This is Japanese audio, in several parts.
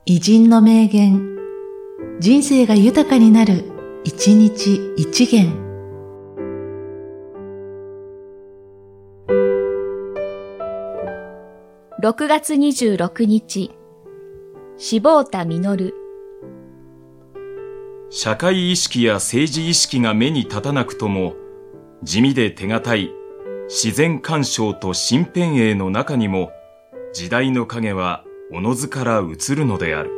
偉人の名言、人生が豊かになる、一日一元。 6月26日、柴田実。 社会意識や政治意識が目に立たなくとも、地味で手堅い自然鑑賞と身辺影の中にも、時代の影はおのずから映るのである。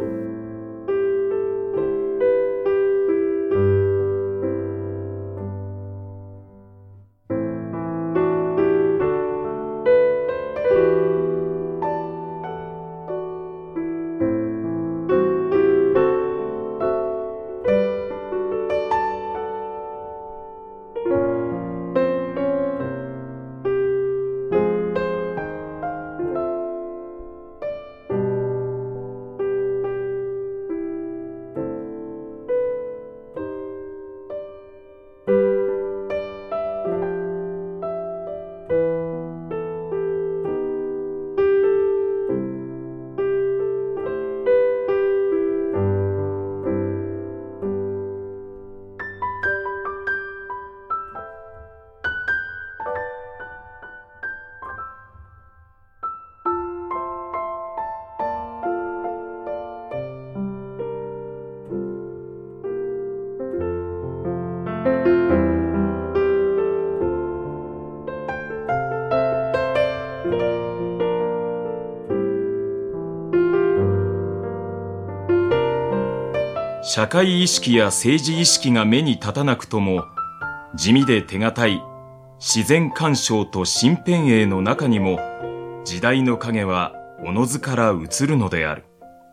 社会意識や政治意識が目に立たなくとも、地味で手堅い自然鑑賞と身辺影の中にも、時代の影はおのずから映るのである。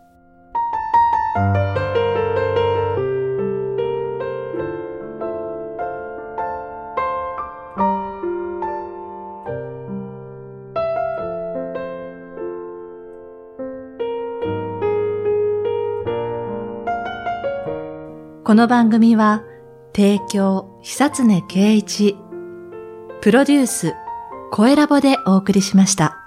この番組は、提供、久常圭一、プロデュース、声ラボでお送りしました。